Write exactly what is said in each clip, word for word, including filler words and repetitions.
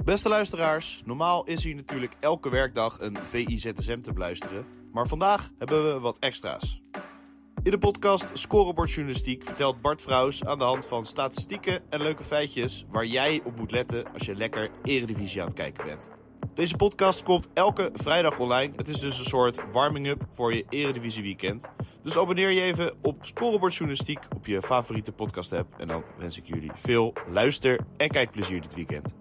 Beste luisteraars, normaal is hier natuurlijk elke werkdag een V I Z S M te beluisteren, maar vandaag hebben we wat extra's. In de podcast Scorebordjournalistiek vertelt Bart Vrouws aan de hand van statistieken en leuke feitjes waar jij op moet letten als je lekker Eredivisie aan het kijken bent. Deze podcast komt elke vrijdag online. Het is dus een soort warming-up voor je Eredivisie weekend. Dus abonneer je even op Scorebordjournalistiek op je favoriete podcast app. En dan wens ik jullie veel luister- en kijkplezier dit weekend.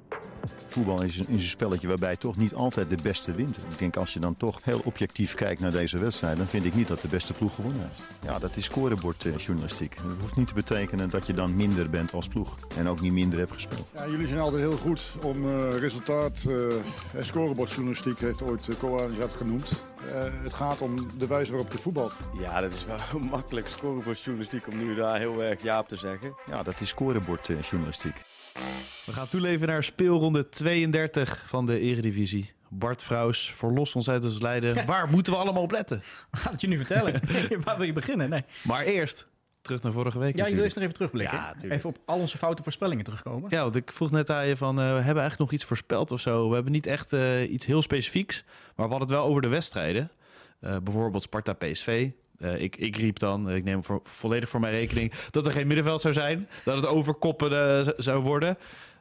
Voetbal is een, is een spelletje waarbij toch niet altijd de beste wint. Ik denk als je dan toch heel objectief kijkt naar deze wedstrijd, dan vind ik niet dat de beste ploeg gewonnen heeft. Ja, dat is scorebordjournalistiek. Dat hoeft niet te betekenen dat je dan minder bent als ploeg. En ook niet minder hebt gespeeld. Ja, jullie zijn altijd heel goed om uh, resultaat. Uh, scorebordjournalistiek heeft ooit uh, Koan dat genoemd. Uh, het gaat om de wijze waarop je voetbalt. Ja, dat is wel makkelijk scorebordjournalistiek om nu daar heel erg ja op te zeggen. Ja, dat is scorebordjournalistiek. We gaan toeleven naar speelronde tweeëndertig van de Eredivisie. Bart Vrouws, verlos ons uit ons lijden. Ja. Waar moeten we allemaal op letten? We gaan het je nu vertellen. Waar wil je beginnen? Nee. Maar eerst, terug naar vorige week. Ja, je wil eens nog even terugblikken. Ja, even op al onze foute voorspellingen terugkomen. Ja, want ik vroeg net aan je van, uh, we hebben eigenlijk nog iets voorspeld of zo. We hebben niet echt uh, iets heel specifieks. Maar we hadden het wel over de wedstrijden. Uh, bijvoorbeeld Sparta P S V. Uh, ik, ik riep dan, ik neem voor, volledig voor mijn rekening, dat er geen middenveld zou zijn. Dat het overkoppen uh, zou worden.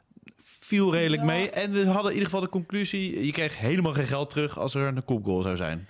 Viel redelijk ja. mee. En we hadden in ieder geval de conclusie, je kreeg helemaal geen geld terug als er een kopgoal zou zijn.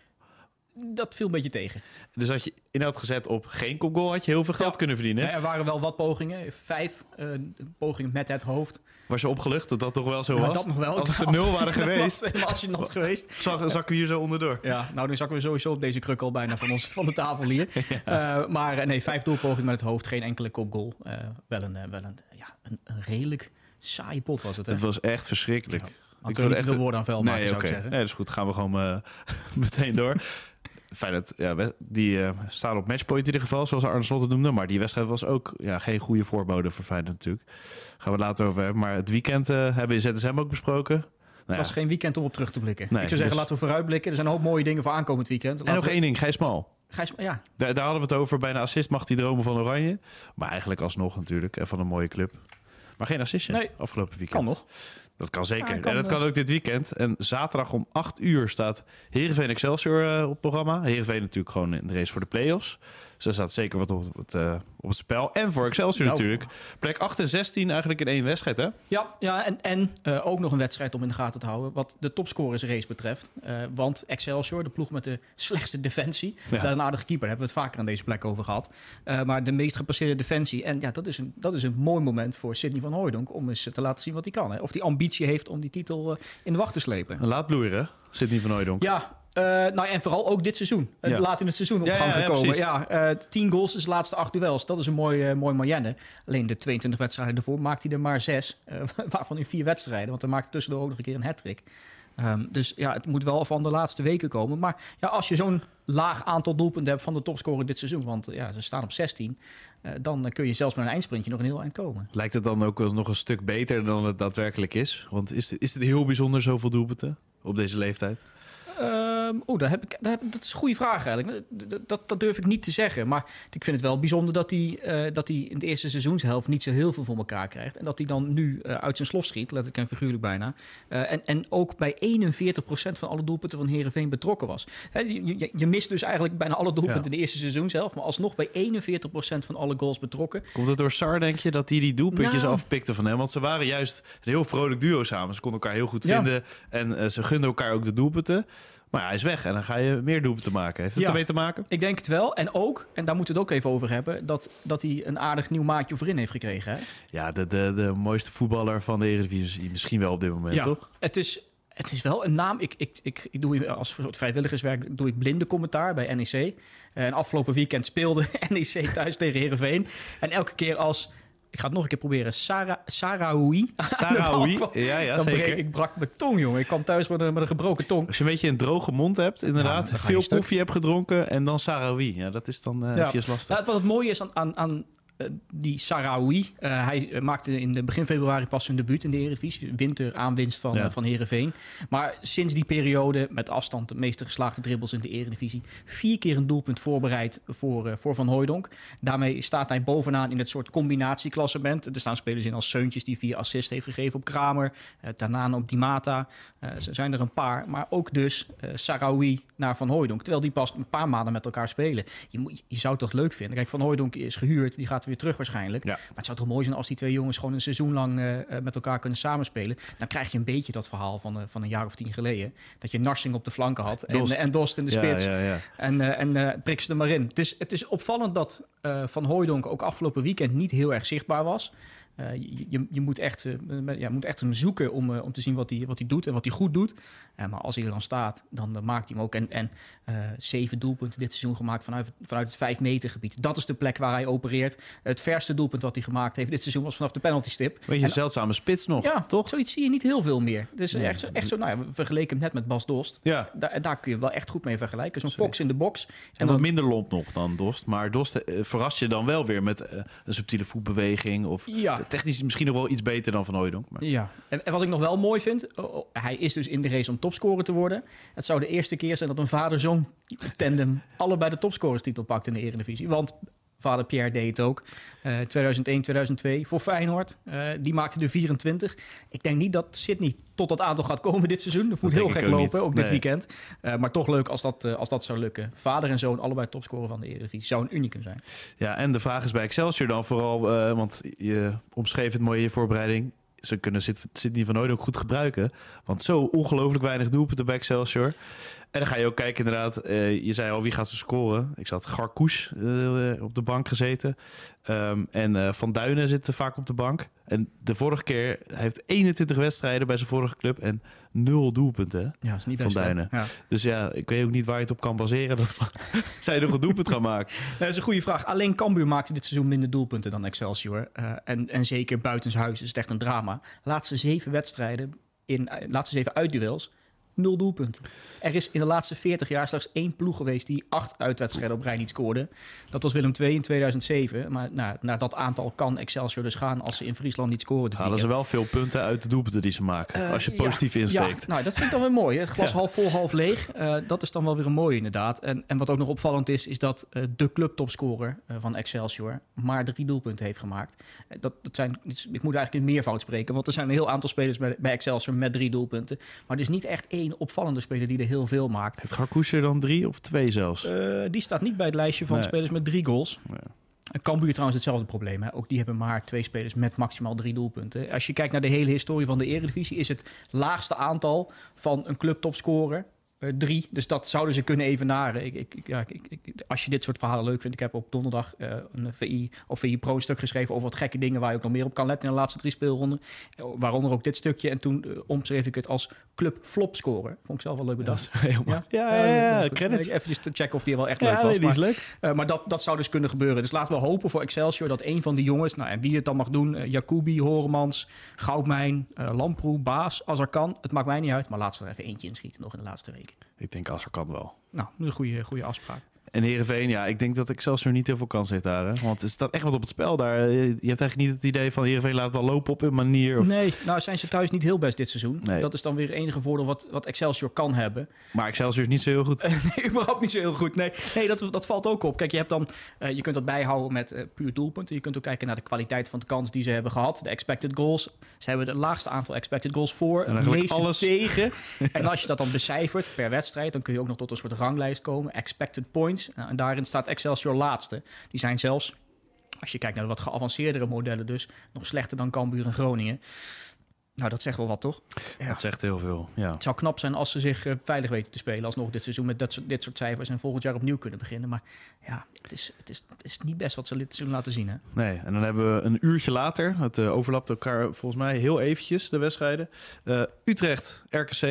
Dat viel een beetje tegen. Dus als je in had gezet op geen kopgoal, had je heel veel geld ja. kunnen verdienen. Ja, er waren wel wat pogingen. Vijf uh, pogingen met het hoofd. Was je opgelucht dat dat toch wel zo nou, was? Dat nog wel. Als het er nul waren geweest. Maar als je nog geweest. Zak, zakken we hier zo onderdoor. Ja, nou dan zakken we sowieso op deze kruk al bijna van, ons, van de tafel hier. ja. uh, maar nee, vijf doelpogingen met het hoofd. Geen enkele kopgoal. Uh, wel een, uh, wel een, ja, een, een redelijk saaie pot was het. Hè? Het was echt verschrikkelijk. Ja. Ik wil niet echt... veel woorden aan vuil maken, nee, zou okay. ik zeggen. Nee, dat is goed. Gaan we gewoon uh, meteen door. Feyenoord, ja, die uh, staan op matchpoint in ieder geval, zoals Arne Slot het noemde. Maar die wedstrijd was ook ja, geen goede voorbode voor Feyenoord natuurlijk. Gaan we later over hebben. Maar het weekend uh, hebben we in Z S M ook besproken. Nou, het was ja. geen weekend om op terug te blikken. Nee, ik zou zeggen, dus... laten we vooruitblikken. Er zijn een hoop mooie dingen voor aankomend weekend. Laten en nog we... één ding, Gijs Mal. Gijs, ja. Daar, daar hadden we het over. Bij een assist mag hij dromen van Oranje. Maar eigenlijk alsnog natuurlijk. En van een mooie club. Maar geen assistje nee. afgelopen weekend. Kan nog. Dat kan zeker. Ja, kan en dat kan ook dit weekend. En zaterdag om acht uur staat Heerenveen Excelsior uh, op het programma. Heerenveen natuurlijk gewoon in de race voor de play-offs. Dus er staat zeker wat op het, uh, op het spel. En voor Excelsior nou. natuurlijk. Plek acht en zestien eigenlijk in één wedstrijd, hè? Ja, ja en, en uh, ook nog een wedstrijd om in de gaten te houden wat de topscorersrace betreft. Uh, want Excelsior, de ploeg met de slechtste defensie. Ja. Daar een aardige keeper, hebben we het vaker aan deze plek over gehad. Uh, maar de meest gepasseerde defensie. En ja, dat is een, dat is een mooi moment voor Sidney van Hooijdonk om eens te laten zien wat hij kan. Hè? Of die ambitie heeft om die titel uh, in de wacht te slepen. Laat bloeien, Sidney van Hooijdonk. Ja. Uh, nou, en vooral ook dit seizoen. Ja. Laat in het seizoen op ja, gang ja, gekomen. Ja, ja, uh, tien goals is de laatste acht duels. Dat is een mooi, uh, mooi moyenne. Alleen de tweeëntwintig wedstrijden ervoor maakt hij er maar zes. Uh, waarvan in vier wedstrijden. Want hij maakt tussendoor ook nog een keer een hattrick. Um, dus ja, het moet wel van de laatste weken komen. Maar ja, als je zo'n laag aantal doelpunten hebt van de topscorer dit seizoen. Want ja, ze staan op zestien. Uh, dan kun je zelfs met een eindsprintje nog een heel eind komen. Lijkt het dan ook wel nog een stuk beter dan het daadwerkelijk is? Want is het, is het heel bijzonder zoveel doelpunten op deze leeftijd? Um, oh, daar heb ik, daar heb, dat is een goede vraag eigenlijk. Dat, dat, dat durf ik niet te zeggen. Maar ik vind het wel bijzonder dat hij, uh, dat hij in de eerste seizoenshelft niet zo heel veel voor elkaar krijgt. En dat hij dan nu uh, uit zijn slof schiet, letterlijk en figuurlijk bijna. Uh, en, en ook bij eenenveertig procent van alle doelpunten van Heerenveen betrokken was. He, je, je, je mist dus eigenlijk bijna alle doelpunten ja. in de eerste seizoenshelft. Maar alsnog bij eenenveertig procent van alle goals betrokken. Komt het door Sar, denk je, dat hij die doelpuntjes nou, afpikte van hem? Want ze waren juist een heel vrolijk duo samen. Ze konden elkaar heel goed vinden. Ja. En uh, ze gunden elkaar ook de doelpunten. Maar ja, hij is weg en dan ga je meer doelpunten maken. Heeft het ja, ermee te maken? Ik denk het wel. En ook, en daar moeten we het ook even over hebben, dat, dat hij een aardig nieuw maatje voorin heeft gekregen. Hè? Ja, de, de, de mooiste voetballer van de Eredivisie misschien wel op dit moment, ja, toch? Het is, het is wel een naam. Ik, ik, ik, ik doe als soort vrijwilligerswerk doe ik blinde commentaar bij N E C. En afgelopen weekend speelde N E C thuis tegen Heerenveen. En elke keer als... Ik ga het nog een keer proberen. Sarah, Sarawi. Sarawi, ja, ja, dan zeker. Breek, ik brak mijn tong, jongen. Ik kwam thuis met een, met een gebroken tong. Als je een beetje een droge mond hebt, inderdaad. Ja, veel koffie hebt gedronken en dan Sarawi. Ja, dat is dan uh, ja. eventjes lastig. Nou, wat het mooie is aan, aan, aan, Uh, die Sahraoui, uh, hij maakte in de begin februari pas zijn debuut in de Eredivisie. Winter aanwinst van, ja. uh, van Heerenveen. Maar sinds die periode, met afstand de meeste geslaagde dribbels in de Eredivisie, vier keer een doelpunt voorbereid voor, uh, voor Van Hooijdonk. Daarmee staat hij bovenaan in het soort combinatieklassement. Er staan spelers in als Seuntjes die vier assist heeft gegeven op Kramer. Uh, Tanane op Di Mata. Uh, er zijn er een paar. Maar ook dus uh, Sahraoui naar Van Hooijdonk. Terwijl die pas een paar maanden met elkaar spelen. Je, moet, je zou het toch leuk vinden. Kijk, Van Hooijdonk is gehuurd. Die gaat weer terug waarschijnlijk. Ja. Maar het zou toch mooi zijn als die twee jongens gewoon een seizoen lang uh, met elkaar kunnen samenspelen. Dan krijg je een beetje dat verhaal van, uh, van een jaar of tien geleden. Dat je Narsing op de flanken had. En, en Dost in de spits. Ja, ja, ja. En, uh, en uh, prik ze er maar in. Het is, het is opvallend dat uh, Van Hooijdonk ook afgelopen weekend niet heel erg zichtbaar was. Uh, je, je, je moet echt, uh, ja, moet echt hem zoeken om, uh, om te zien wat hij, wat hij doet en wat hij goed doet. Uh, maar als hij er dan staat, dan, dan maakt hij hem ook. En, en uh, zeven doelpunten dit seizoen gemaakt vanuit, vanuit het vijf meter gebied. Dat is de plek waar hij opereert. Het verste doelpunt wat hij gemaakt heeft dit seizoen was vanaf de penaltystip. Weet je, en, zeldzame spits nog, ja, toch? Zoiets zie je niet heel veel meer. Dus ja. echt, echt zo, nou ja, we vergeleken hem net met Bas Dost. Ja. Daar, daar kun je wel echt goed mee vergelijken. Zo'n Fox in de box. En, en wat dan, minder lomp nog dan Dost. Maar Dost uh, verrast je dan wel weer met uh, een subtiele voetbeweging. Of ja. technisch misschien nog wel iets beter dan Van Hooijdonk. Maar... Ja, en, en wat ik nog wel mooi vind, oh, oh, hij is dus in de race om topscorer te worden. Het zou de eerste keer zijn dat een vader-zoon tandem allebei de topscorerstitel pakt in de Eredivisie. Want vader Pierre deed het ook. Uh, tweeduizend één, tweeduizend twee voor Feyenoord. Uh, die maakte er vierentwintig. Ik denk niet dat Sydney tot dat aantal gaat komen dit seizoen. Dat moet dat heel gek ook lopen, niet. ook dit nee. weekend. Uh, maar toch leuk als dat, uh, als dat zou lukken. Vader en zoon, allebei topscorer van de Eredivisie. Zou een unicum zijn. Ja, en de vraag is bij Excelsior dan vooral, uh, want je omschreef het mooi in je voorbereiding. Ze kunnen Sydney van Hooijdonk goed gebruiken. Want zo ongelooflijk weinig doelpunten bij Excelsior. En dan ga je ook kijken inderdaad. Uh, je zei al, wie gaat ze scoren? Ik zat Garkoes uh, op de bank gezeten. Um, en uh, Van Duinen zit vaak op de bank. En de vorige keer hij heeft eenentwintig wedstrijden bij zijn vorige club en nul doelpunten. Ja, dat is niet best. Van Duinen. Ja. Dus ja, ik weet ook niet waar je het op kan baseren dat zij nog een doelpunt gaan maken. Dat is een goede vraag. Alleen Cambuur maakte dit seizoen minder doelpunten dan Excelsior. Uh, en, en zeker buitenshuis is het echt een drama. Laatste zeven wedstrijden, in uh, laatste zeven uitduels, nul doelpunten. Er is in de laatste veertig jaar slechts één ploeg geweest die acht uitwedstrijden op rij niet scoorde. Dat was Willem twee in tweeduizend zeven. Maar nou, naar dat aantal kan Excelsior dus gaan als ze in Friesland niet scoren. Halen weekend. Ze wel veel punten uit de doelpunten die ze maken. Uh, als je positief ja, insteekt. Ja, nou, dat vind ik dan weer mooi. Het glas ja. half vol, half leeg. Uh, dat is dan wel weer een mooie inderdaad. En, en wat ook nog opvallend is, is dat uh, de clubtopscorer uh, van Excelsior maar drie doelpunten heeft gemaakt. Uh, dat, dat zijn, ik moet eigenlijk in meervoud spreken, want er zijn een heel aantal spelers bij, bij Excelsior met drie doelpunten. Maar er is niet echt één opvallende speler die er heel veel maakt. Heeft Garkoes er dan drie of twee zelfs? Uh, die staat niet bij het lijstje van nee. spelers met drie goals. Ja. Cambuur trouwens hetzelfde probleem. Hè? Ook die hebben maar twee spelers met maximaal drie doelpunten. Als je kijkt naar de hele historie van de Eredivisie, is het laagste aantal van een clubtopscorer Uh, drie, dus dat zouden ze kunnen evenaren. Ik, ik, ja, ik, ik, als je dit soort verhalen leuk vindt, ik heb op donderdag uh, een V I op V I Pro een stuk geschreven over wat gekke dingen waar je ook nog meer op kan letten in de laatste drie speelronden. Waaronder ook dit stukje. En toen uh, omschreef ik het als club flop scoren. Vond ik zelf wel leuk bedacht. Ja, ja, ja, ja, ja, ja credits. Even te checken of die wel echt ja, leuk was. Nee, die is maar leuk. Uh, maar dat, dat zou dus kunnen gebeuren. Dus laten we hopen voor Excelsior dat een van die jongens, nou, en wie het dan mag doen, uh, Jacobi, Horemans, Goudmijn, uh, Lamproe, Baas, als er kan. Het maakt mij niet uit, maar laten we er even eentje inschieten nog in de laatste weken. Ik denk als er kan wel. Nou, dat is een goede, goede afspraak. En Heerenveen, ja, ik denk dat Excelsior niet heel veel kans heeft daar. Hè? Want er staat echt wat op het spel daar. Je hebt eigenlijk niet het idee van Heerenveen laat het wel lopen op een manier. Of... Nee, nou zijn ze thuis niet heel best dit seizoen. Nee. Dat is dan weer het enige voordeel wat, wat Excelsior kan hebben. Maar Excelsior is niet zo heel goed. nee, überhaupt niet zo heel goed. Nee, nee dat, dat valt ook op. Kijk, je hebt dan, uh, je kunt dat bijhouden met uh, puur doelpunten. Je kunt ook kijken naar de kwaliteit van de kans die ze hebben gehad. De expected goals. Ze hebben het laagste aantal expected goals voor. En de meeste alles tegen. En als je dat dan becijfert per wedstrijd, dan kun je ook nog tot een soort ranglijst komen. Expected points. Uh, en daarin staat Excelsior laatste. Die zijn zelfs, als je kijkt naar de wat geavanceerdere modellen dus, nog slechter dan Cambuur en Groningen. Nou, dat zegt wel wat, toch? Ja. Dat zegt heel veel, ja. Het zou knap zijn als ze zich uh, veilig weten te spelen alsnog dit seizoen met dat soort, dit soort cijfers en volgend jaar opnieuw kunnen beginnen. Maar ja, het is, het is, het is niet best wat ze dit seizoen laten zien, hè? Nee, en dan hebben we een uurtje later, het uh, overlapt elkaar volgens mij heel eventjes, de wedstrijden. Uh, Utrecht, R K C.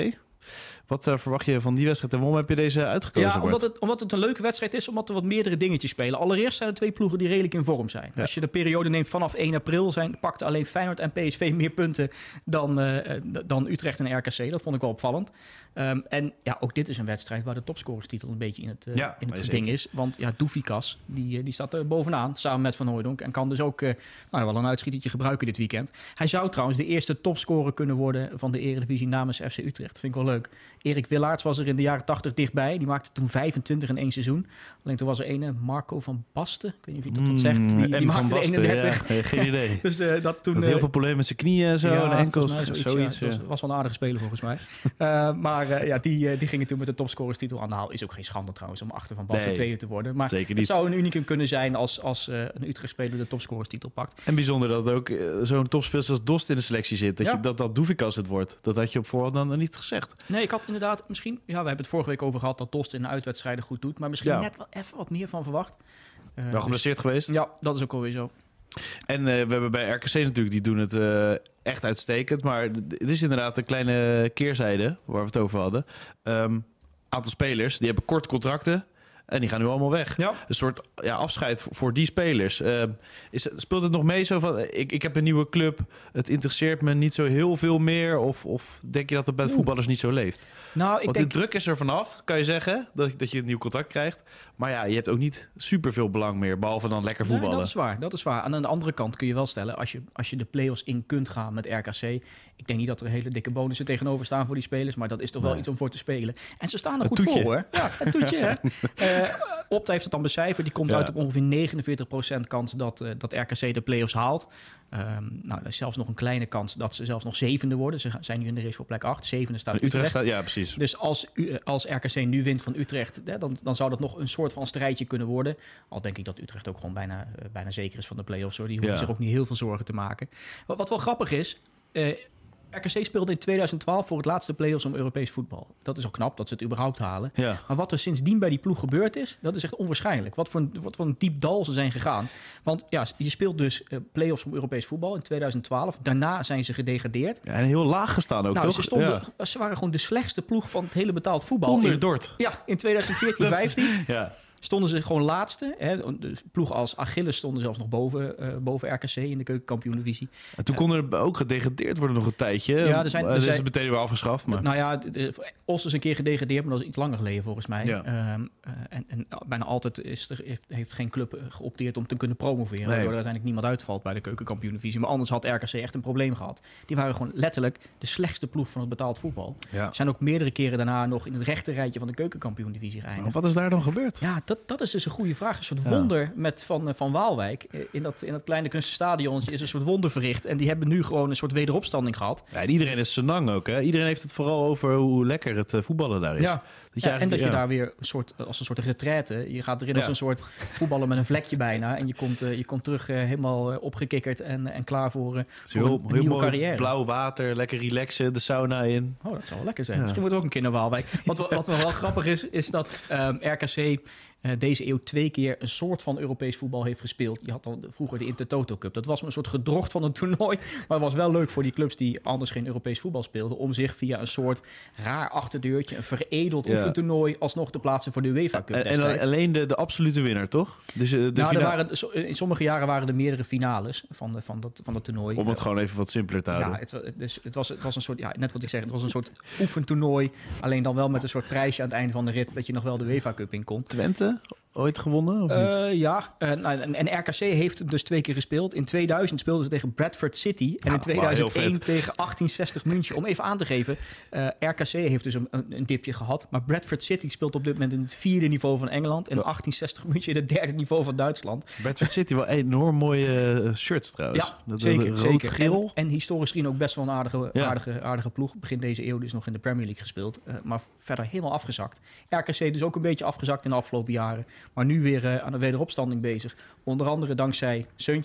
Wat uh, verwacht je van die wedstrijd en waarom heb je deze uitgekozen? Ja, omdat het, omdat het een leuke wedstrijd is, omdat er wat meerdere dingetjes spelen. Allereerst zijn er twee ploegen die redelijk in vorm zijn. Ja. Als je de periode neemt vanaf één april, zijn, pakten alleen Feyenoord en P S V meer punten dan, uh, dan Utrecht en R K C. Dat vond ik wel opvallend. Um, en ja, ook dit is een wedstrijd waar de topscorerstitel een beetje in het, uh, ja, in het ding is. Want ja, Doufikas, die, die staat er bovenaan, samen met Van Hooijdonk. En kan dus ook uh, nou, wel een uitschietertje gebruiken dit weekend. Hij zou trouwens de eerste topscorer kunnen worden van de Eredivisie namens F C Utrecht. Dat vind ik wel leuk. Erik Willaerts was er in de jaren tachtig dichtbij. Die maakte toen vijfentwintig in één seizoen. Alleen toen was er ene Marco van Basten. Ik weet niet of je dat wat zegt. Die, die maakte Basten, de eenendertig. Ja, geen idee. dus uh, dat toen... Had heel uh, veel problemen met zijn knieën en zo. Ja, en enkels. Mij, zoiets, zoiets, ja. ja. was, was wel een aardige speler volgens mij. uh, maar uh, ja, die, uh, die gingen toen met de topscorerstitel aan de haal. Is ook geen schande trouwens om achter Van Basten nee, tweede te worden. Maar zeker niet. Het zou een unicum kunnen zijn als, als uh, een Utrecht-speler de topscorerstitel pakt. En bijzonder dat ook uh, zo'n topspeler als Dost in de selectie zit. Dat ja. je, dat, dat Doufikas het wordt. Dat had je op voorhand dan niet gezegd. Nee, ik had inderdaad misschien... Ja, we hebben het vorige week over gehad dat Dost in de uitwedstrijden goed doet. Maar misschien ja. net wel even wat meer van verwacht. Uh, wel geblesseerd dus, geweest. Ja, dat is ook alweer zo. En uh, we hebben bij R K C natuurlijk, die doen het uh, echt uitstekend. Maar het is inderdaad een kleine keerzijde waar we het over hadden. Um, aantal spelers, die hebben korte contracten. En die gaan nu allemaal weg. Ja. Een soort ja, afscheid voor, voor die spelers. Uh, is, speelt het nog mee zo van... Ik, ik heb een nieuwe club. Het interesseert me niet zo heel veel meer. Of, of denk je dat het bij voetballers niet zo leeft? Nou, ik Want denk... de druk is er vanaf, kan je zeggen. Dat, dat je een nieuw contract krijgt. Maar ja, je hebt ook niet super veel belang meer. Behalve dan lekker voetballen. Nee, dat is waar. Dat is waar. En aan de andere kant kun je wel stellen... Als je, als je de play-offs in kunt gaan met R K C... Ik denk niet dat er hele dikke bonussen tegenover staan voor die spelers. Maar dat is toch nee. wel iets om voor te spelen. En ze staan er goed voor, hoor. Ja, een toetje, hè. Uh, Opta heeft het dan becijferd. Die komt ja. uit op ongeveer negenenveertig procent kans dat, uh, dat R K C de play-offs haalt. Um, nou, er is zelfs nog een kleine kans dat ze zelfs nog zevende worden. Ze zijn nu in de race voor plek acht. Zevende staat Utrecht. Utrecht staat, ja, precies. Dus als, uh, als R K C nu wint van Utrecht, hè, dan, dan zou dat nog een soort van strijdje kunnen worden. Al denk ik dat Utrecht ook gewoon bijna, uh, bijna zeker is van de play-offs. Hoor. Die hoeven ja. zich ook niet heel veel zorgen te maken. Wat, wat wel grappig is... Uh, R K C speelde in tweeduizend twaalf voor het laatste play-offs om Europees voetbal. Dat is al knap dat ze het überhaupt halen. Ja. Maar wat er sindsdien bij die ploeg gebeurd is, dat is echt onwaarschijnlijk. Wat voor een, wat voor een diep dal ze zijn gegaan. Want ja, je speelt dus uh, play-offs om Europees voetbal in tweeduizend twaalf. Daarna zijn ze gedegradeerd. Ja, en heel laag gestaan ook, nou, toch? Ze, stonden, ja. ze waren gewoon de slechtste ploeg van het hele betaald voetbal. Onder Dort. Ja, in tweeduizend veertien vijftien. Ja. Stonden ze gewoon laatste. Hè? De ploeg als Achilles stonden zelfs nog boven, uh, boven R K C in de keukenkampioen-divisie. En toen konden er ook gedegradeerd worden nog een tijdje. Ja, er zijn, er zijn, is het meteen weer afgeschaft. Maar. Nou ja, Os is een keer gedegradeerd, maar dat is iets langer geleden volgens mij. Ja. Um, uh, en, en bijna altijd is er, heeft, heeft geen club geopteerd om te kunnen promoveren. Nee. Waardoor er uiteindelijk niemand uitvalt bij de keukenkampioen-divisie. Maar anders had R K C echt een probleem gehad. Die waren gewoon letterlijk de slechtste ploeg van het betaald voetbal. Ja. Zijn ook meerdere keren daarna nog in het rechte rijtje van de keukenkampioen-divisie geëindigd. Wat is daar dan gebeurd? Ja, dat, dat is dus een goede vraag. Een soort ja. wonder met van, van Waalwijk. In dat, in dat kleine kunstenstadionnetje is een soort wonder verricht. En die hebben nu gewoon een soort wederopstanding gehad. Ja, en iedereen is senang ook. Hè? Iedereen heeft het vooral over hoe lekker het uh, voetballen daar is. Ja. Dat ja, en dat je ja. daar weer een soort, als een soort retraite... Je gaat erin ja. als een soort voetballen met een vlekje bijna. En je komt, uh, je komt terug uh, helemaal uh, opgekikkerd en, en klaar voor, uh, voor heel, een, een heel nieuwe mooi carrière. Blauw water, lekker relaxen, de sauna in. Oh, dat zou wel lekker zijn. Ja. Misschien moeten we ook een keer naar Waalwijk. Wat, wat wel grappig is, is dat um, R K C... Uh, deze eeuw twee keer een soort van Europees voetbal heeft gespeeld. Je had dan vroeger de Intertoto Cup. Dat was een soort gedrocht van een toernooi. Maar het was wel leuk voor die clubs die anders geen Europees voetbal speelden... om zich via een soort raar achterdeurtje, een veredeld ja. oefentoernooi... alsnog te plaatsen voor de UEFA Cup. En, en alleen de, de absolute winnaar, toch? Dus de nou, er waren, in sommige jaren waren er meerdere finales van, de, van, dat, van dat toernooi. Om het uh, gewoon even wat simpeler te houden. Ja, het, dus het, was, het was een soort, ja, net wat ik zeg, het was een soort oefentoernooi. Alleen dan wel met een soort prijsje aan het einde van de rit... dat je nog wel de UEFA Cup in kon. Twente? Ooit gewonnen, of niet? Uh, ja, uh, en, en R K C heeft hem dus twee keer gespeeld. In tweeduizend speelden ze tegen Bradford City. En ja, in tweeduizend één wow, tegen achttien zestig München. Om even aan te geven, uh, R K C heeft dus een, een, een dipje gehad. Maar Bradford City speelt op dit moment in het vierde niveau van Engeland. En achttien zestig München in het derde niveau van Duitsland. Bradford City, wel enorm mooie uh, shirts trouwens. Ja, dat, zeker. rood, zeker. geel. En, en historisch gezien ook best wel een aardige, ja. aardige, aardige ploeg. Begin deze eeuw dus nog in de Premier League gespeeld. Uh, maar verder helemaal afgezakt. R K C dus ook een beetje afgezakt in de afgelopen jaren. Maar nu weer... Uh, aan de wederopstanding bezig. Onder andere dankzij Seuntjes.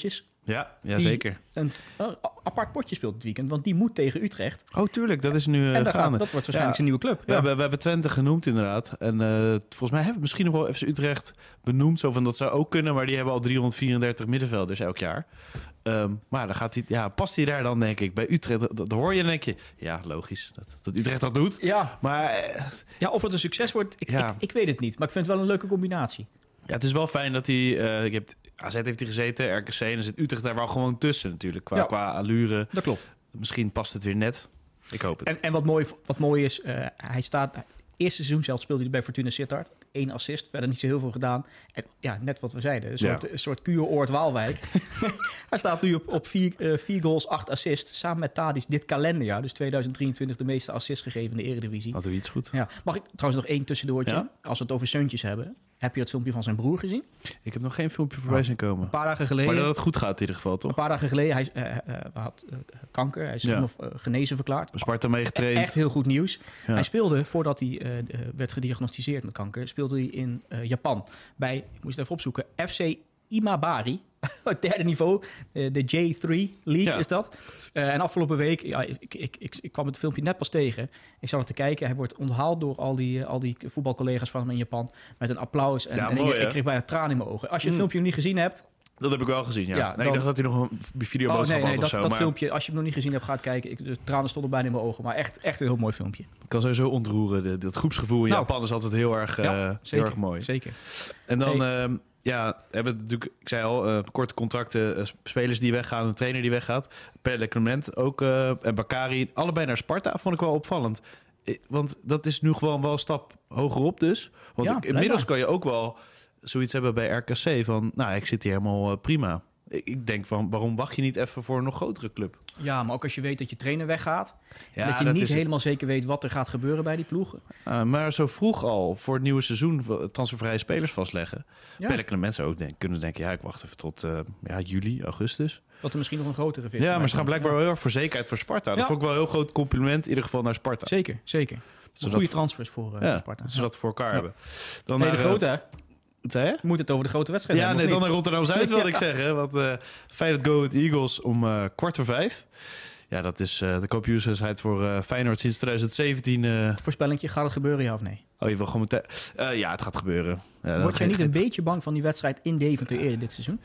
Ja, ja Die- zeker. een uh, apart potje speelt dit weekend. Want die moet tegen Utrecht. Oh, tuurlijk. Dat is nu uh, en daar gaande. gaat, dat wordt waarschijnlijk Ja. zijn nieuwe club. We, Ja. hebben, we hebben Twente genoemd inderdaad. En uh, volgens mij hebben we misschien nog wel F C Utrecht benoemd. Zo van dat zou ook kunnen. Maar die hebben al driehonderdvierendertig middenvelders elk jaar. Um, maar dan gaat hij, ja, past hij daar dan, denk ik. Bij Utrecht, dat, dat hoor je en denk je... Ja, logisch dat, dat Utrecht dat doet. Ja. Maar uh, ja, of het een succes wordt, ik, Ja. ik, ik weet het niet. Maar ik vind het wel een leuke combinatie. ja, het is wel fijn dat hij... Uh, ik heb, A Z heeft hij gezeten, R K C. En dan zit Utrecht daar wel gewoon tussen natuurlijk. Qua, Ja. qua allure. Dat klopt. Misschien past het weer net. Ik hoop het. En, en wat, mooi, wat mooi is, uh, hij staat... Eerste seizoen zelf speelde hij bij Fortuna Sittard. Eén assist, verder niet zo heel veel gedaan. En ja, net wat we zeiden, een soort, Ja. een soort Kuuroord-Waalwijk. Hij staat nu op, op vier, uh, vier goals, acht assists. Samen met Tadic dit kalenderjaar, dus tweeduizend drieëntwintig, de meeste assists gegeven in de Eredivisie. Dat doe je iets goed. Ja. Mag ik trouwens nog één tussendoortje? Ja? Als we het over Seuntjes hebben. Heb je dat filmpje van zijn broer gezien? Ik heb nog geen filmpje voorbij Oh. zien komen. Een paar dagen geleden. Maar dat het goed gaat in ieder geval, Een toch? paar dagen geleden, hij uh, uh, had uh, kanker. Hij is Ja. nog uh, genezen verklaard. Sparta meegetraind. Echt heel goed nieuws. Ja. Hij speelde, voordat hij uh, werd gediagnosticeerd met kanker, speelde hij in uh, Japan. Bij, ik moest het even opzoeken, F C Imabari. Het derde niveau, uh, de J drie League Ja. is dat. Uh, en afgelopen week, ja, ik, ik, ik, ik kwam het filmpje net pas tegen. Ik zat er te kijken. Hij wordt onthaald door al die, uh, al die voetbalcollega's van hem in Japan. Met een applaus. En, Ja, en mooi, ik, hè? ik kreeg bijna tranen in mijn ogen. Als je het Mm. filmpje nog niet gezien hebt... Dat heb ik wel gezien, ja. Ja, nee, dan- Ik dacht dat hij nog een videoboodschap Oh, nee, nee, had dat, of zo. dat maar filmpje, als je hem nog niet gezien hebt, ga het kijken. Ik, de tranen stonden bijna in mijn ogen. Maar echt, echt een heel mooi filmpje. ik kan sowieso ontroeren. De, dat groepsgevoel in Nou. Japan is altijd heel erg, uh, Ja, heel erg mooi. Zeker. En dan, Hey. ehm, ja, hebben we natuurlijk, ik zei al, uh, korte contracten, uh, spelers die weggaan, een trainer die weggaat. Pelle Clement ook, uh, en Bakary, allebei naar Sparta, vond ik wel opvallend. I- Want dat is nu gewoon wel een stap hogerop dus. Want Ja, ik- inmiddels blijkbaar. kan je ook wel zoiets hebben bij R K C van, nou, ik zit hier helemaal uh, prima. Ik, ik denk van, waarom wacht je niet even voor een nog grotere club? Ja, maar ook als je weet dat je trainer weggaat. Ja, dat je dat niet is het. helemaal zeker weet wat er gaat gebeuren bij die ploegen. Uh, maar zo vroeg al voor het nieuwe seizoen transfervrije spelers vastleggen. Ja. Pelle Clement zou ook denk, kunnen denken, ja, ik wacht even tot uh, ja, juli, augustus. Dat er misschien nog een grotere vis Ja, bij maar ze gaan komt. blijkbaar Ja. wel heel erg voor zekerheid voor Sparta. Dat Ja. vond ik wel een heel groot compliment, in ieder geval naar Sparta. Zeker, zeker. Zodat- Goede transfers voor, uh, Ja, voor Sparta. dat ze dat voor elkaar Ja. hebben. Dan Nee, de naar, uh, grote, hè? wat zei je? Je moet het over de grote wedstrijd Ja, hebben, nee, of dan niet? naar Rotterdam-Zuid wilde ik Ja. zeggen. Want uh, Feyenoord Go Ahead Eagles om uh, kwart voor vijf. Ja, dat is uh, de kampioenswedstrijd voor uh, Feyenoord sinds twintig zeventien. Uh... Voorspellingje, gaat het gebeuren, ja of nee? Oh, je wil gewoon meteen... Uh, ja, het gaat gebeuren. Ja, dat Word jij geen- niet een geen- beetje bang van die wedstrijd in Deventer eerder dit seizoen?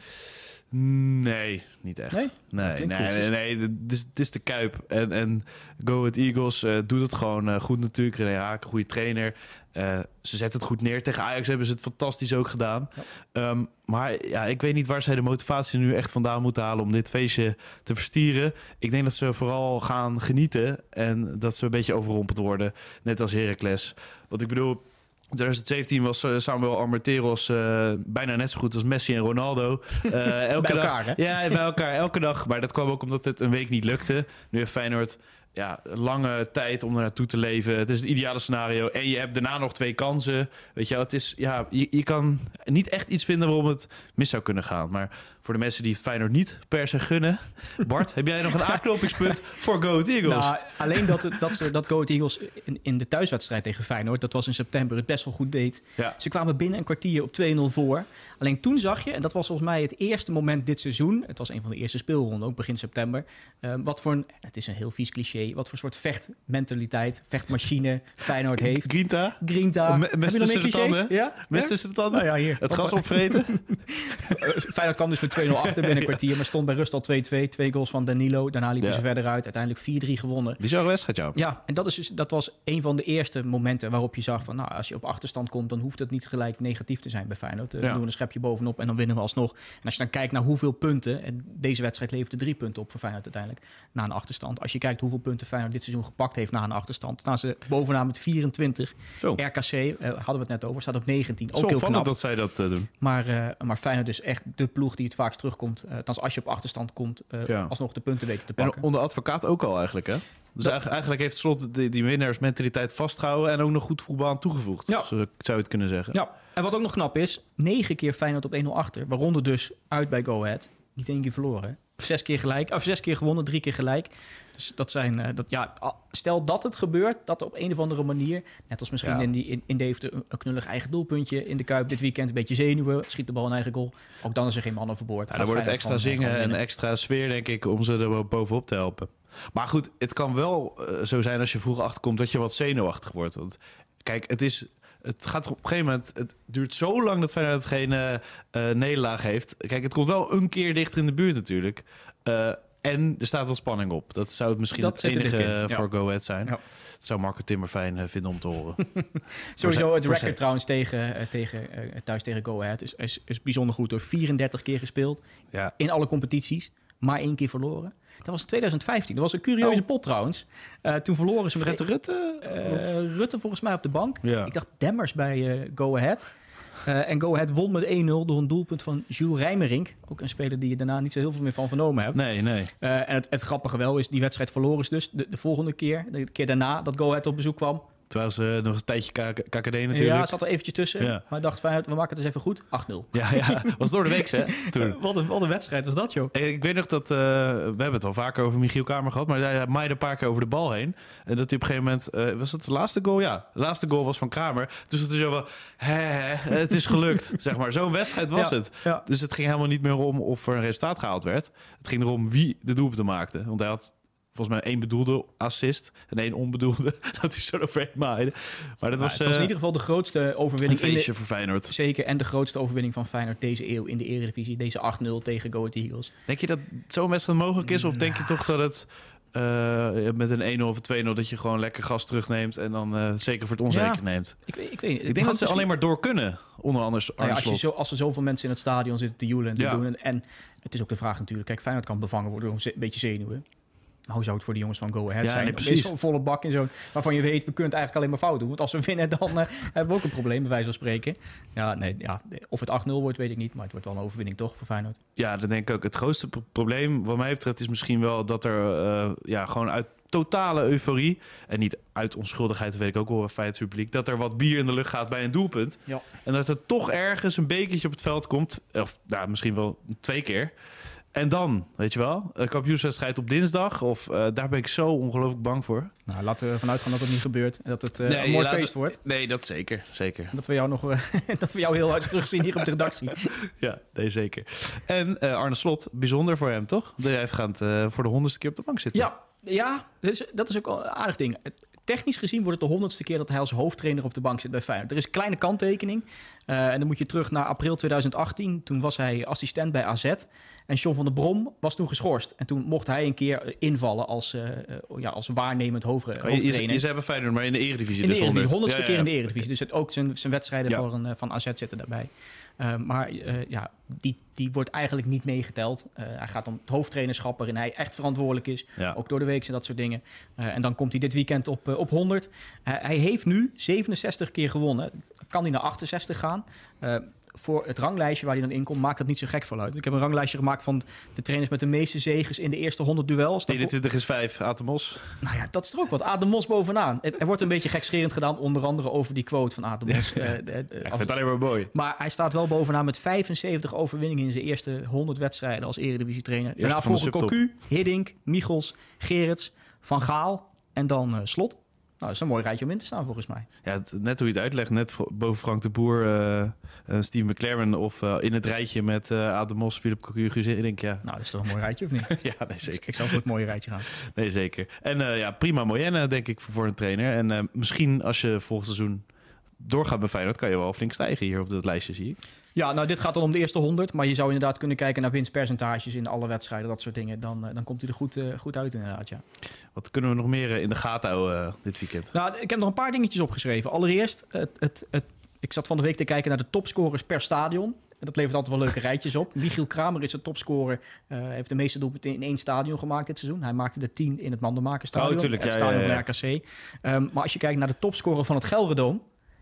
Nee, niet echt. Nee? Nee, Dat klinkt nee, goed. nee, nee, het is, het is de Kuip. En, en Go Ahead Eagles uh, doet het gewoon uh, goed natuurlijk. René Haak, een goede trainer. Uh, ze zetten het goed neer. Tegen Ajax hebben ze het fantastisch ook gedaan. Ja. Um, maar ja, ik weet niet waar zij de motivatie nu echt vandaan moeten halen om dit feestje te verstieren. Ik denk dat ze vooral gaan genieten en dat ze een beetje overrompeld worden. Net als Heracles. Want ik bedoel... twintig zeventien was uh, Samuel Armenteros uh, bijna net zo goed als Messi en Ronaldo. Uh, elke Bij elkaar, dag, hè? Ja, bij elkaar, elke dag. Maar dat kwam ook omdat het een week niet lukte. Nu heeft Feyenoord ja, lange tijd om er naartoe te leven. Het is het ideale scenario. En je hebt daarna nog twee kansen. Weet je wel, het is, ja, je, je kan niet echt iets vinden waarom het mis zou kunnen gaan. Maar voor de mensen die het Feyenoord niet per se gunnen... Bart, heb jij nog een aanknopingspunt voor Go Ahead Eagles? Nou, alleen dat, het, dat, ze, dat Go Ahead Eagles in, in de thuiswedstrijd tegen Feyenoord... dat was in september, het best wel goed deed. Ja. Ze kwamen binnen een kwartier op twee nul voor. Alleen toen zag je, en dat was volgens mij het eerste moment dit seizoen... het was een van de eerste speelronden, ook begin september... Uh, wat voor een, het is een heel vies cliché... wat voor soort vechtmentaliteit, vechtmachine Feyenoord heeft. Grinta? Grinta. Me- mes tussen de tanden? Ja? Mes Ja? tussen de tanden? Nou ja, hier. Het gras opvreten? Feyenoord kwam dus met twee nul achter binnen een kwartier... maar stond bij rust al twee twee. Twee goals van Danilo. Daarna liepen Ja. ze verder uit. Uiteindelijk vier drie gewonnen. Bizarre wedstrijd, ja. Ja, en dat, is dus, dat was een van de eerste momenten waarop je zag van... nou, als je op achterstand komt, dan hoeft het niet gelijk negatief te zijn bij Feyenoord. Uh, Ja. We doen een schepje bovenop en dan winnen we alsnog. En als je dan kijkt naar hoeveel punten... en deze wedstrijd leverde drie punten op voor Feyenoord uiteindelijk... na een achterstand. Als je kijkt hoeveel punten Feyenoord dit seizoen gepakt heeft na een achterstand... staan ze bovenaan met vierentwintig. Zo. R K C, uh, hadden we het net over, staat op negentien. Ook Zo heel opvallend knap. dat zij dat uh, doen. Maar, uh, maar Feyenoord is echt de ploeg die het vaakst terugkomt. Uh, althans, als je op achterstand komt, uh, Ja. alsnog de punten weten te En pakken. onder advocaat ook al eigenlijk, hè? Dus Dat- eigenlijk, eigenlijk heeft Slot die, die winnaarsmentaliteit vastgehouden... en ook nog goed voetbal aan toegevoegd, Ja. zo zou je het kunnen zeggen. Ja, en wat ook nog knap is, negen keer Feyenoord op één nul achter. Waaronder dus uit bij Go Ahead. Niet één keer verloren. Zes keer gelijk, of zes keer gewonnen, drie keer gelijk. Dus dat zijn, uh, dat, ja, stel dat het gebeurt, dat op een of andere manier, net als misschien Ja. in, die, in, in Deventer, een, een knullig eigen doelpuntje in de Kuip dit weekend, een beetje zenuwen, schiet de bal een eigen goal. Ook dan is er geen man overboord. Ja, dan wordt het extra zingen en extra sfeer, denk ik, om ze er bovenop te helpen. Maar goed, het kan wel uh, zo zijn als je vroeg achterkomt dat je wat zenuwachtig wordt. Want kijk, het is... Het gaat op een gegeven moment... Het duurt zo lang dat Feyenoord geen uh, uh, nederlaag heeft. Kijk, het komt wel een keer dichter in de buurt natuurlijk. Uh, en er staat wat spanning op. Dat zou het misschien Dat het enige in, ja. voor Go Ahead zijn. Ja. Dat zou Marco Timmer fijn uh, vinden om te horen. Sowieso het voor record zijn- trouwens tegen, uh, tegen, uh, thuis tegen Go Ahead is, is, is bijzonder goed. Door vierendertig keer gespeeld Ja. in alle competities. Maar één keer verloren. Dat was in twintig vijftien. Dat was een curieuze Oh. pot trouwens. Uh, toen verloren ze met Fred Rutte? Uh, Rutte volgens mij op de bank. Ja. Ik dacht Demmers bij uh, Go Ahead. Uh, en Go Ahead won met één nul door een doelpunt van Jules Rijmerink. Ook een speler die je daarna niet zo heel veel meer van vernomen hebt. Nee, nee. Uh, en het, het grappige wel is, die wedstrijd verloren ze dus de, de volgende keer. De keer daarna dat Go Ahead op bezoek kwam. Terwijl ze nog een tijdje K K D natuurlijk. Ja, zat er eventjes tussen. Ja. Maar dacht Feyenoord, we maken het eens even goed. acht nul. Ja, ja. Was door de week, hè? Toen. Wat een, wat een wedstrijd was dat, joh. Ik weet nog dat... Uh, we hebben het al vaker over Michiel Kamer gehad... maar hij maaide een paar keer over de bal heen. En dat hij op een gegeven moment... Uh, was dat de laatste goal? Ja, de laatste goal was van Kramer. Dus het is zo van... Hè, hè, het is gelukt, zeg maar. Zo'n wedstrijd was Ja, het. ja. Dus het ging helemaal niet meer om of er een resultaat gehaald werd. Het ging erom wie de doelpunten maakte. Want hij had... Volgens mij één bedoelde assist en één onbedoelde. Dat hij zo overheen maaide. Maar dat Maar was, het was in uh, ieder geval de grootste een overwinning in de, feestje voor Feyenoord. zeker. En de grootste overwinning van Feyenoord deze eeuw in de Eredivisie. Deze acht nul tegen Go Ahead Eagles. Denk je dat zo'n wedstrijd mogelijk is? Of denk je toch dat het uh, met een één nul of een twee nul... dat je gewoon lekker gas terugneemt... en dan uh, zeker voor het onzeker Ja. neemt? Ik weet, ik weet niet. Ik denk dat ze alleen maar door kunnen. Onder andere Nou ja, Arne als, je Slot. zo, als er zoveel mensen in het stadion zitten te joelen en te Ja. doen. En, en het is ook de vraag natuurlijk. Kijk, Feyenoord kan bevangen worden door een ze- beetje zenuwen. Maar hoe zou het voor de jongens van Go Ahead Ja, zijn? nee, Om precies. Zo'n volle bak in zo'n... Waarvan je weet, we kunnen het eigenlijk alleen maar fout doen. Want als we winnen, dan uh, hebben we ook een probleem, bij wijze van spreken. Ja, nee, ja, of het acht nul wordt, weet ik niet. Maar het wordt wel een overwinning toch voor Feyenoord. Ja, dat denk ik ook. Het grootste pro- probleem wat mij betreft is misschien wel... dat er uh, ja, gewoon uit totale euforie... en niet uit onschuldigheid, dat weet ik ook wel, feit het publiek... dat er wat bier in de lucht gaat bij een doelpunt. Ja. En dat er toch ergens een bekertje op het veld komt. Of nou, misschien wel twee keer... En dan, weet je wel, een kampioenswedstrijd op dinsdag. Of uh, daar ben ik zo ongelooflijk bang voor. Nou, laten we ervan uitgaan dat het niet gebeurt. En dat het uh, een mooi laten feest we- wordt. Nee, dat zeker. Zeker. En dat we jou nog uh, dat we jou heel hard terugzien hier op de redactie. Ja, nee, zeker. En uh, Arne Slot, bijzonder voor hem, toch? Dat hij gaat uh, voor de honderdste keer op de bank zitten. Ja, ja dat, is, dat is ook wel een aardig ding. Technisch gezien wordt het de honderdste keer dat hij als hoofdtrainer op de bank zit bij Feyenoord. Er is een kleine kanttekening. Uh, en dan moet je terug naar april twintig achttien. Toen was hij assistent bij A Z. En John van der Brom was toen geschorst. En toen mocht hij een keer invallen als, uh, ja, als waarnemend hoofd, Oh, je, hoofdtrainer. je, je zei bij Feyenoord, maar in de Eredivisie. In de dus Eredivisie, honderd. honderdste Ja, keer ja. in de Eredivisie. Dus het, ook zijn, zijn wedstrijden Ja. voor een, van A Z zitten daarbij. Uh, maar uh, ja, die, die wordt eigenlijk niet meegeteld. Uh, hij gaat om het hoofdtrainerschap waarin hij echt verantwoordelijk is. Ja. Ook door de week en dat soort dingen. Uh, en dan komt hij dit weekend op, uh, op honderd. Uh, hij heeft nu zevenenzestig keer gewonnen. Kan hij naar achtenzestig gaan? Uh, voor het ranglijstje waar hij dan in komt, maakt dat niet zo gek veel uit. Ik heb een ranglijstje gemaakt van de trainers met de meeste zeges in de eerste honderd duels. Dan eenentwintig is vijf, Atemos. nou ja, dat is er ook wat. Adem Mos bovenaan. Er, er wordt een beetje gekscherend gedaan, onder andere over die quote van Adem Mos. Uh, uh, uh, Ik vind als- het alleen maar mooi. maar hij staat wel bovenaan met vijfenzeventig overwinningen in zijn eerste honderd wedstrijden als Eredivisie-trainer. Eerste Daarna van de volgen Cocu, Hiddink, Michels, Gerrits, Van Gaal en dan uh, Slot. Nou, dat is een mooi rijtje om in te staan volgens mij. Ja, het- net hoe je het uitlegt, net vo- boven Frank de Boer, uh, uh, Steve McLaren of uh, in het rijtje met uh, Adem Mos, Philip Cocu, Guus Hiddink, ja. Nou, dat is toch een mooi rijtje of niet? Ja, nee, zeker. Ik zou voor het mooie rijtje gaan. Nee, zeker. En uh, ja, prima Moyenne, denk ik, voor, voor een trainer. En uh, misschien als je volgend seizoen doorgaat bij Feyenoord, kan je wel flink stijgen hier op dat lijstje, zie ik. Ja, nou, dit gaat dan om de eerste honderd. Maar je zou inderdaad kunnen kijken naar winstpercentages in alle wedstrijden, dat soort dingen. Dan, uh, dan komt hij er goed, uh, goed uit inderdaad, ja. Wat kunnen we nog meer uh, in de gaten houden uh, dit weekend? Nou, ik heb nog een paar dingetjes opgeschreven. Allereerst, het, het, het, ik zat van de week te kijken naar de topscorers per stadion. En dat levert altijd wel leuke rijtjes op. Michiel Kramer is de topscorer. Uh, heeft de meeste doelpunten in één stadion gemaakt dit seizoen. Hij maakte er tien in het Mandenmakerstadion. Oh, tuurlijk, het ja, stadion ja, ja. van R K C. Um, maar als je kijkt naar de topscorer van het Gelredome,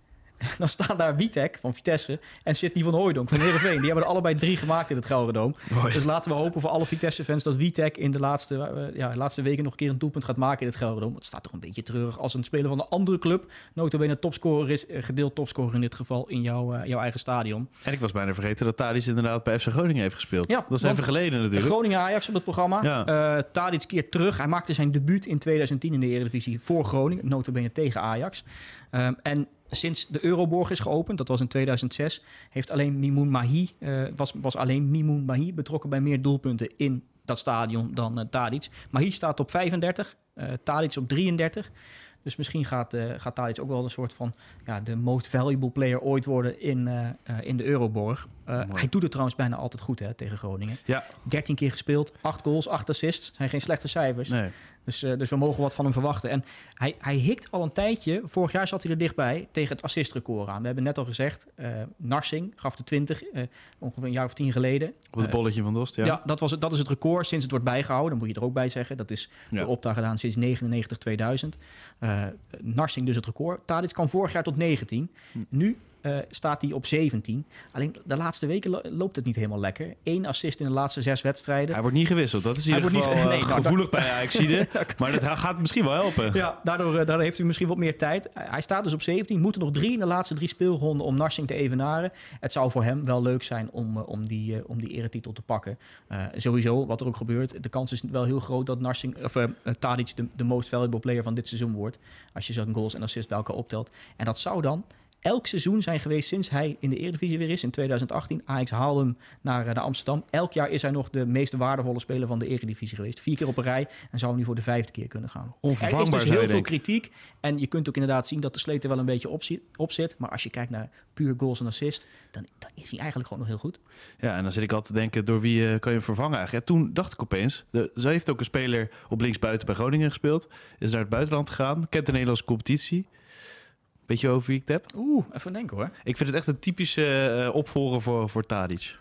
dan staan daar Witek van Vitesse en Sidney van Hooijdonk van Heerenveen. Die hebben er allebei drie gemaakt in het Gelredome. Mooi. Dus laten we hopen voor alle Vitesse-fans dat Witek in de laatste, uh, ja, laatste weken nog een keer een doelpunt gaat maken in het Gelredome. Het staat toch een beetje treurig als een speler van een andere club nota bene topscorer is, uh, gedeeld topscorer in dit geval in jouw, uh, jouw eigen stadion. En ik was bijna vergeten dat Tadic inderdaad bij F C Groningen heeft gespeeld. Ja, dat is want even geleden natuurlijk. Groningen-Ajax op het programma. Ja. Uh, Tadic keert terug. Hij maakte zijn debuut in twintig tien in de Eredivisie voor Groningen, nota bene tegen Ajax. Um, en sinds de Euroborg is geopend, dat was in tweeduizend zes, heeft alleen Mimoun Mahi, uh, was, was alleen Mimoun Mahi betrokken bij meer doelpunten in dat stadion dan uh, Tadic. Mahi staat op vijfendertig, uh, Tadic op drieëndertig. Dus misschien gaat, uh, gaat Tadic ook wel een soort van ja, de most valuable player ooit worden in, uh, uh, in de Euroborg. Uh, hij doet het trouwens bijna altijd goed hè, tegen Groningen. Ja. dertien keer gespeeld, acht goals, acht assists. Zijn geen slechte cijfers. Nee. Dus, uh, dus we mogen wat van hem verwachten. En hij, hij hikt al een tijdje. Vorig jaar zat hij er dichtbij tegen het assistrecord aan. We hebben net al gezegd, uh, Narsing gaf de twintig, uh, ongeveer een jaar of tien geleden. Op het Uh, bolletje van Dost, ja. ja, dat, was het, dat is het record sinds het wordt bijgehouden. Dat moet je er ook bij zeggen. Dat is Ja. door Opta gedaan sinds negenennegentig tweeduizend. Uh, Narsing dus het record. Tadic kwam vorig jaar tot negentien. Hm. Nu uh, staat hij op zeventien. Alleen de laatste weken lo- loopt het niet helemaal lekker. Eén assist in de laatste zes wedstrijden. Hij wordt niet gewisseld. Dat is in Hij ieder wordt geval niet- uh, nee, nou, gevoelig bij Ajaxide. Maar dat gaat misschien wel helpen. Ja, daardoor, uh, daardoor heeft hij misschien wat meer tijd. Uh, hij staat dus op zeventien. Moeten nog drie in de laatste drie speelronden om Narsing te evenaren. Het zou voor hem wel leuk zijn om, uh, om, die, uh, om die eretitel te pakken. Uh, sowieso, wat er ook gebeurt. De kans is wel heel groot dat Narsing, of, uh, Tadic de, de most valuable player van dit seizoen wordt. Als je zo'n goals en assists bij elkaar optelt. En dat zou dan elk seizoen zijn geweest sinds hij in de Eredivisie weer is. In tweeduizend achttien. Ajax haalde hem naar, uh, naar Amsterdam. Elk jaar is hij nog de meest waardevolle speler van de Eredivisie geweest. Vier keer op een rij. En zou hij nu voor de vijfde keer kunnen gaan. Onvervangbaar, Er is dus zou je heel veel denken. kritiek. En je kunt ook inderdaad zien dat de sleet er wel een beetje op, zi- op zit. Maar als je kijkt naar puur goals en assists, dan, dan is hij eigenlijk gewoon nog heel goed. Ja, en dan zit ik altijd te denken, door wie uh, kan je hem vervangen eigenlijk? Ja, toen dacht ik opeens, de, ze heeft ook een speler op linksbuiten bij Groningen gespeeld. Is naar het buitenland gegaan, kent de Nederlandse competitie. Weet je over wie ik het heb? Oeh, even denken hoor. Ik vind het echt een typische uh, opvolger voor, voor Tadic.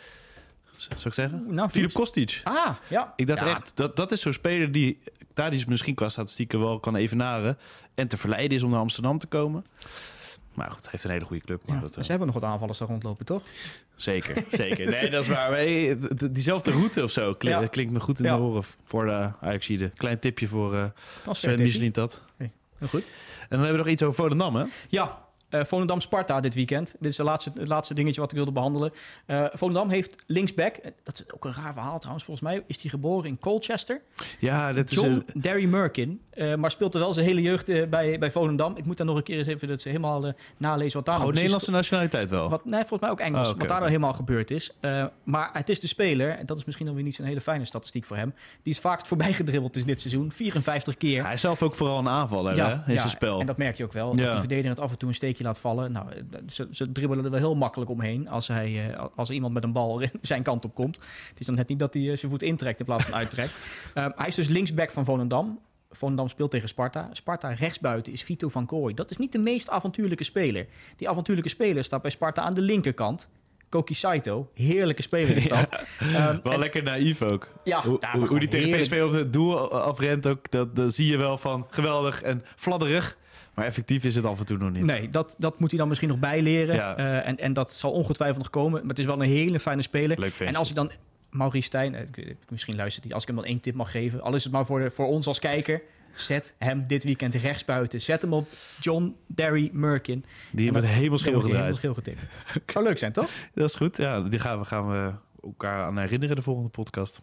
Zou ik zeggen? Oeh, nou, Filip Kostic. Ah, ja. Ik dacht Ja. echt, dat, dat is zo'n speler die Tadic misschien qua statistieken wel kan evenaren. En te verleiden is om naar Amsterdam te komen. Maar goed, hij heeft een hele goede club. Maar Ja, dat, uh, ze hebben nog wat aanvallers daar rondlopen, toch? Zeker, zeker. Nee, dat is waar. Maar, hey, d- d- diezelfde route of zo klink- Ja. klinkt me goed in Ja. de oren voor de Ajaxide. Klein tipje voor uh, Dat is Sven fair, Michelin dat. heel goed. En dan hebben we nog iets over Volendam, hè? Ja, uh, Volendam-Sparta dit weekend. Dit is de laatste, het laatste dingetje wat ik wilde behandelen. Uh, Volendam heeft linksback, uh, dat is ook een raar verhaal trouwens, volgens mij is hij geboren in Colchester. Ja, dat is John een... Derry Merkin, uh, maar speelt er wel zijn hele jeugd uh, bij, bij Volendam. Ik moet daar nog een keer eens even dat ze helemaal uh, nalezen wat daar Gewoon nou precies- Nederlandse nationaliteit wel. Wat, nee, volgens mij ook Engels. Oh, oké, wat daar oké. nou helemaal gebeurd is. Uh, maar het is de speler, en dat is misschien dan weer niet zo'n hele fijne statistiek voor hem. Die is vaakst voorbij gedribbeld is dit seizoen. vierenvijftig keer. Hij is zelf ook vooral een aanvaller hè, in zijn spel. En dat merk je ook wel. Ja. Dat die verdediger het af en toe een steekje laat vallen. Nou, ze, ze dribbelen er wel heel makkelijk omheen als, hij, uh, als er iemand met een bal zijn kant op komt. Het is dan net niet dat hij uh, zijn voet intrekt in plaats van uittrekt. Uh, hij is dus linksback van Volendam. Volendam speelt tegen Sparta. Sparta rechtsbuiten is Vito van Kooi. Dat is niet de meest avontuurlijke speler. Die avontuurlijke speler staat bij Sparta aan de linkerkant. Koki Saito, heerlijke speler is dat. Ja. Um, wel en- lekker naïef ook. Ja, hoe, ja, hoe, maar hoe die gewoon tegen P S V heerlijk. op het doel afrent ook, dat, dat zie je wel van geweldig en fladderig. Maar effectief is het af en toe nog niet. Nee, dat, dat moet hij dan misschien nog bijleren. Ja. Uh, en, en dat zal ongetwijfeld nog komen. Maar het is wel een hele fijne speler. Leuk ventje. En als ik dan Maurice Stijn, eh, ik- misschien luistert hij, als ik hem dan één tip mag geven, al is het maar voor, de, voor ons als kijker, zet hem dit weekend rechtsbuiten. Zet hem op John Derry Merkin. Die En wordt dan- helemaal dan scheel wordt hij gedraaid. helemaal geel getikt. Zou leuk zijn, toch? Dat is goed. Ja, die gaan we, gaan we elkaar aan herinneren de volgende podcast.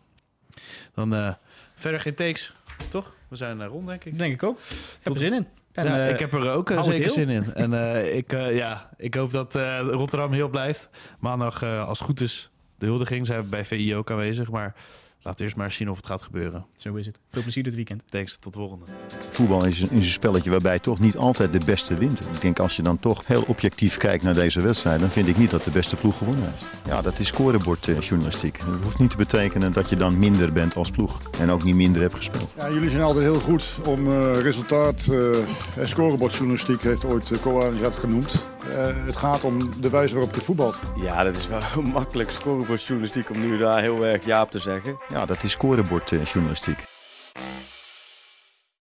Dan uh, verder geen takes, toch? We zijn uh, rond, denk ik. Denk ik ook. Ik heb Tot- er zin in. En, ja, eh, ik heb er ook uh, hou het zeker heel. zin in. En uh, ik, uh, ja, ik hoop dat uh, Rotterdam heel blijft. Maandag, uh, als het goed is, de huldiging. Zijn we bij V I ook aanwezig. Maar laten we eerst maar zien of het gaat gebeuren. Zo is het. Veel plezier dit weekend. Thanks, tot de volgende. Voetbal is een, is een spelletje waarbij toch niet altijd de beste wint. Ik denk als je dan toch heel objectief kijkt naar deze wedstrijd, dan vind ik niet dat de beste ploeg gewonnen heeft. Ja, dat is scorebordjournalistiek. Dat hoeft niet te betekenen dat je dan minder bent als ploeg. En ook niet minder hebt gespeeld. Ja, jullie zijn altijd heel goed om uh, resultaat. Uh, en scorebordjournalistiek heeft ooit uh, Koan dat genoemd. Uh, het gaat om de wijze waarop je voetbalt. Ja, dat is wel makkelijk scorebordjournalistiek om nu daar heel erg ja op te zeggen. Ja, dat is scorebordjournalistiek.